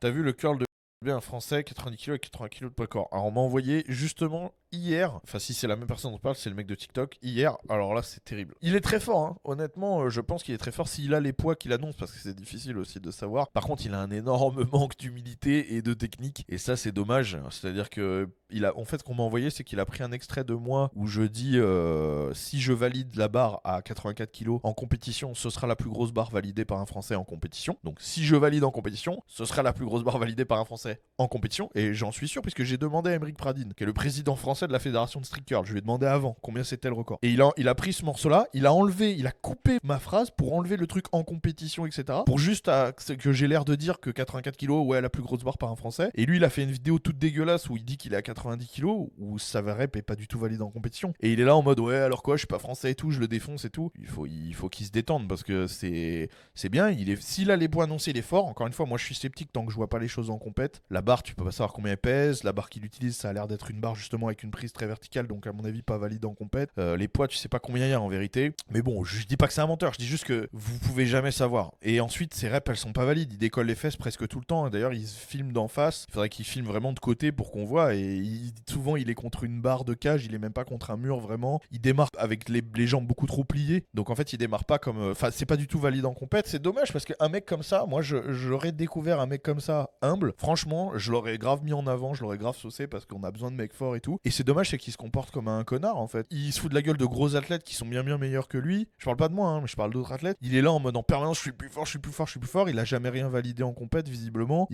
T'as vu le curl de un Français, 90 kilos et 80 kilos de poids corps. Alors on m'a envoyé justement hier, enfin si c'est la même personne dont on parle, c'est le mec de TikTok, hier, alors là c'est terrible. Il est très fort, hein. Honnêtement, je pense qu'il est très fort s'il a les poids qu'il annonce, parce que c'est difficile aussi de savoir. Par contre, il a un énorme manque d'humilité et de technique, et ça c'est dommage. C'est-à-dire que, en fait, ce qu'on m'a envoyé, c'est qu'il a pris un extrait de moi où je dis si je valide la barre à 84 kilos en compétition, ce sera la plus grosse barre validée par un Français en compétition. Donc si je valide en compétition, ce sera la plus grosse barre validée par un Français en compétition, et j'en suis sûr, puisque j'ai demandé à Émeric Pradine, qui est le président français de la fédération de street curl. Je lui ai demandé avant combien c'était le record. Et il a pris ce morceau-là, il a coupé ma phrase pour enlever le truc en compétition, etc. Pour juste que j'ai l'air de dire que 84 kilos, ouais, la plus grosse barre par un Français. Et lui, il a fait une vidéo toute dégueulasse où il dit qu'il est à 90 kilos, où sa rep est pas du tout valide en compétition. Et il est là en mode, ouais, alors quoi, je suis pas français et tout, je le défonce et tout. Il faut qu'il se détende, parce que c'est bien. S'il a les poids annoncés, il est fort. Encore une fois, moi, je suis sceptique tant que je vois pas les choses en compète. La barre, tu peux pas savoir combien elle pèse. La barre qu'il utilise, ça a l'air d'être une barre justement avec une prise très verticale, donc à mon avis pas valide en compète. Les poids, tu sais pas combien il y a en vérité. Mais bon, je dis pas que c'est un menteur, je dis juste que vous pouvez jamais savoir. Et ensuite, ses reps, elles sont pas valides. Il décolle les fesses presque tout le temps. D'ailleurs, il se filme d'en face. Il faudrait qu'il filme vraiment de côté pour qu'on voit. Et souvent, il est contre une barre de cage, il est même pas contre un mur vraiment. Il démarre avec les jambes beaucoup trop pliées. Donc en fait, il démarre pas comme. Enfin, c'est pas du tout valide en compète. C'est dommage parce qu'un mec comme ça, moi, j'aurais découvert un mec comme ça humble. Franchement, je l'aurais grave mis en avant, je l'aurais grave saucé parce qu'on a besoin de mecs forts et tout. Et c'est dommage, c'est qu'il se comporte comme un connard en fait. Il se fout de la gueule de gros athlètes qui sont bien meilleurs que lui. Je parle pas de moi, hein, mais je parle d'autres athlètes. Il est là en mode en permanence, je suis plus fort, je suis plus fort, je suis plus fort. Il a jamais rien validé en compète visiblement.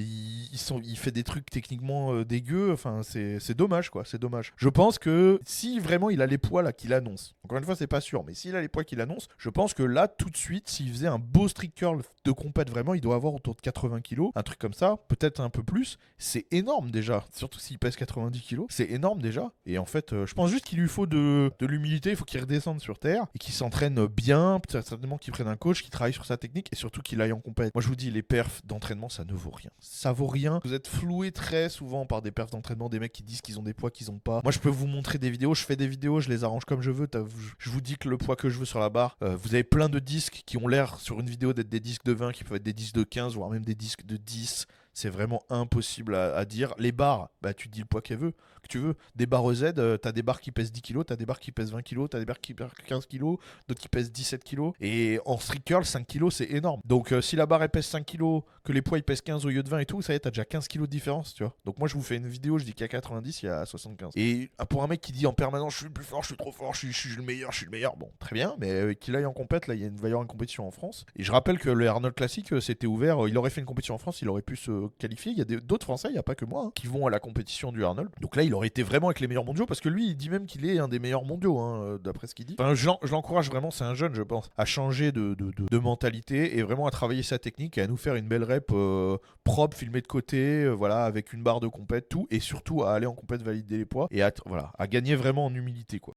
Il fait des trucs techniquement dégueux. Enfin, c'est dommage quoi, c'est dommage. Je pense que si vraiment il a les poids là qu'il annonce, encore une fois c'est pas sûr, mais s'il a les poids qu'il annonce, je pense que là tout de suite, s'il faisait un beau street curl de compète vraiment, il doit avoir autour de 80 kilos, un truc comme ça, peut-être un peu plus. C'est énorme déjà, surtout s'il pèse 90 kilos, c'est énorme déjà. Et en fait, je pense juste qu'il lui faut de l'humilité, il faut qu'il redescende sur terre et qu'il s'entraîne bien, certainement qu'il prenne un coach, qu'il travaille sur sa technique et surtout qu'il aille en compète. Moi je vous dis, les perfs d'entraînement, ça ne vaut rien. Ça vaut rien. Vous êtes floué très souvent par des perfs d'entraînement, des mecs qui disent qu'ils ont des poids qu'ils ont pas. Moi je peux vous montrer des vidéos, je fais des vidéos, je les arrange comme je veux. Je vous dis que le poids que je veux sur la barre, vous avez plein de disques qui ont l'air sur une vidéo d'être des disques de 20, qui peuvent être des disques de 15, voire même des disques de 10. C'est vraiment impossible à dire. Les barres, bah tu dis le poids que tu veux. Des barres Z, t'as des barres qui pèsent 10 kilos, t'as des barres qui pèsent 20 kilos, t'as des barres qui pèsent 15 kilos, d'autres qui pèsent 17 kilos. Et en street curl, 5 kilos, c'est énorme. Donc si la barre elle pèse 5 kilos, que les poids ils pèsent 15 au lieu de 20 et tout, ça y est, t'as déjà 15 kilos de différence, tu vois. Donc moi je vous fais une vidéo, je dis qu'il y a 90, il y a 75. Et pour un mec qui dit en permanence, je suis le plus fort, je suis trop fort, je suis le meilleur, je suis le meilleur, bon, très bien, mais qu'il aille en compète, là, va y avoir une compétition en France. Et je rappelle que le Arnold Classic, c'était ouvert, il aurait fait une compétition en France, il aurait pu se qualifier. Il y a d'autres Français, il n'y a pas que moi, hein, qui vont à la compétition du Arnold. Donc là, il aurait été vraiment avec les meilleurs mondiaux, parce que lui, il dit même qu'il est un des meilleurs mondiaux, hein, d'après ce qu'il dit. Enfin, je l'encourage vraiment, c'est un jeune, je pense, à changer de mentalité et vraiment à travailler sa technique et à nous faire une belle rep propre, filmée de côté, voilà, avec une barre de compète, tout, et surtout à aller en compète valider les poids et voilà, à gagner vraiment en humilité, quoi.